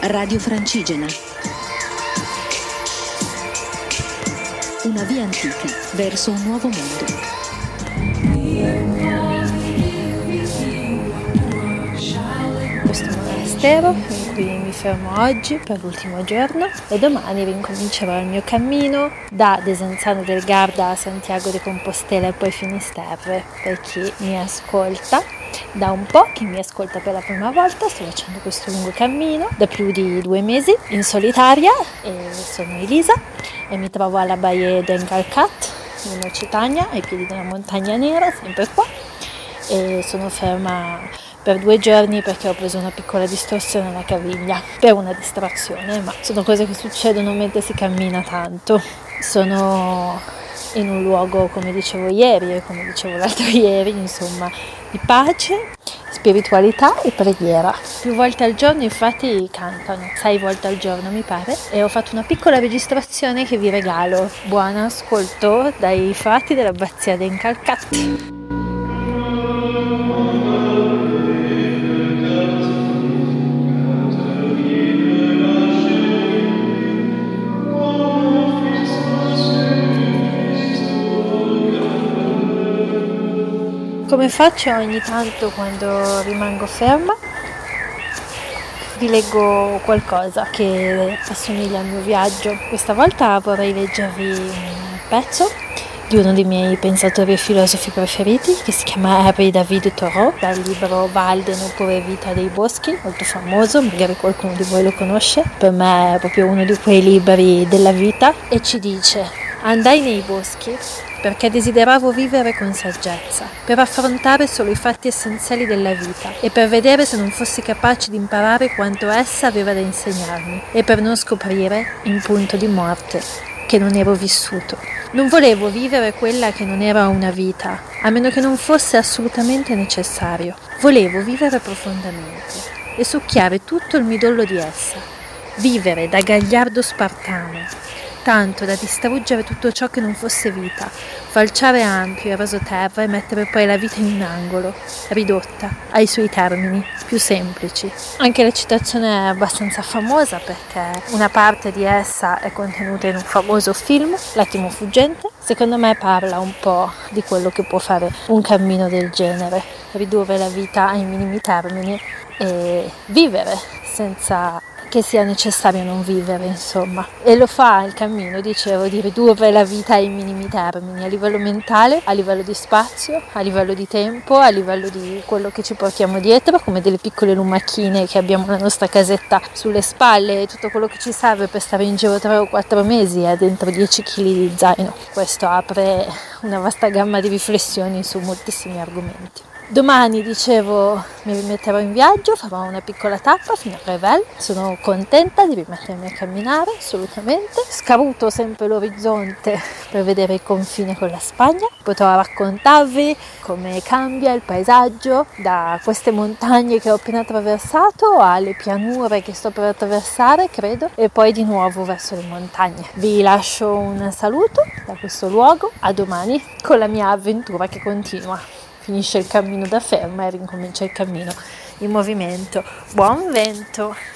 Radio Francigena. Una via antica verso un nuovo mondo. Questo monastero in cui mi fermo oggi per l'ultimo giorno e domani ricomincerò il mio cammino da Desenzano del Garda a Santiago de Compostela e poi Finisterre. Per chi mi ascolta da un po', chi mi ascolta per la prima volta, sto facendo questo lungo cammino da più di 2 mesi in solitaria e sono Elisa e mi trovo alla Baie d'Engalcat in Occitania, ai piedi della Montagna Nera, sempre qua, e sono ferma per 2 giorni perché ho preso una piccola distorsione alla caviglia per una distrazione, ma sono cose che succedono mentre si cammina tanto. Sono in un luogo, come dicevo ieri e come dicevo l'altro ieri, insomma, di pace, spiritualità e preghiera. Più volte al giorno infatti cantano, 6 volte al giorno mi pare, e ho fatto una piccola registrazione che vi regalo. Buon ascolto dai frati dell'abbazia d'Encalcat. Come faccio ogni tanto quando rimango ferma? Vi leggo qualcosa che assomiglia al mio viaggio. Questa volta vorrei leggervi un pezzo di uno dei miei pensatori e filosofi preferiti, che si chiama Henri David Thoreau, dal libro Walden oppure Vita dei boschi, molto famoso, magari qualcuno di voi lo conosce. Per me è proprio uno di quei libri della vita, e ci dice: andai nei boschi perché desideravo vivere con saggezza, per affrontare solo i fatti essenziali della vita e per vedere se non fossi capace di imparare quanto essa aveva da insegnarmi e per non scoprire, in punto di morte, che non ero vissuto. Non volevo vivere quella che non era una vita, a meno che non fosse assolutamente necessario. Volevo vivere profondamente e succhiare tutto il midollo di essa, vivere da gagliardo spartano, tanto da distruggere tutto ciò che non fosse vita, falciare ampio e raso terra e mettere poi la vita in un angolo, ridotta ai suoi termini più semplici. Anche la citazione è abbastanza famosa perché una parte di essa è contenuta in un famoso film, L'attimo fuggente. Secondo me parla un po' di quello che può fare un cammino del genere, ridurre la vita ai minimi termini e vivere senza che sia necessario non vivere, insomma. E lo fa il cammino, dicevo, di ridurre la vita ai minimi termini, a livello mentale, a livello di spazio, a livello di tempo, a livello di quello che ci portiamo dietro, come delle piccole lumachine che abbiamo nella nostra casetta sulle spalle, e tutto quello che ci serve per stare in giro 3 o 4 mesi è dentro 10 kg di zaino. Questo apre una vasta gamma di riflessioni su moltissimi argomenti. Domani, dicevo, mi rimetterò in viaggio, farò una piccola tappa fino a Revel. Sono contenta di rimettermi a camminare, assolutamente. Scaruto sempre l'orizzonte per vedere il confine con la Spagna. Potrò raccontarvi come cambia il paesaggio da queste montagne che ho appena attraversato alle pianure che sto per attraversare, credo, e poi di nuovo verso le montagne. Vi lascio un saluto da questo luogo. A domani con la mia avventura che continua. Finisce il cammino da ferma e ricomincia il cammino in movimento. Buon vento!